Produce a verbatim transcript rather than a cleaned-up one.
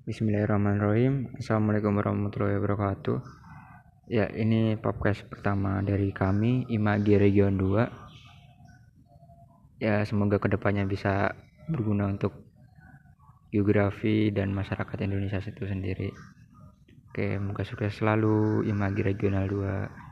Bismillahirrahmanirrahim. Assalamualaikum warahmatullahi wabarakatuh. Ya, ini podcast pertama dari kami Imagi Region dua. Ya, semoga kedepannya bisa berguna untuk geografi dan masyarakat Indonesia itu sendiri. Oke, semoga sukses selalu Imagi Regional dua.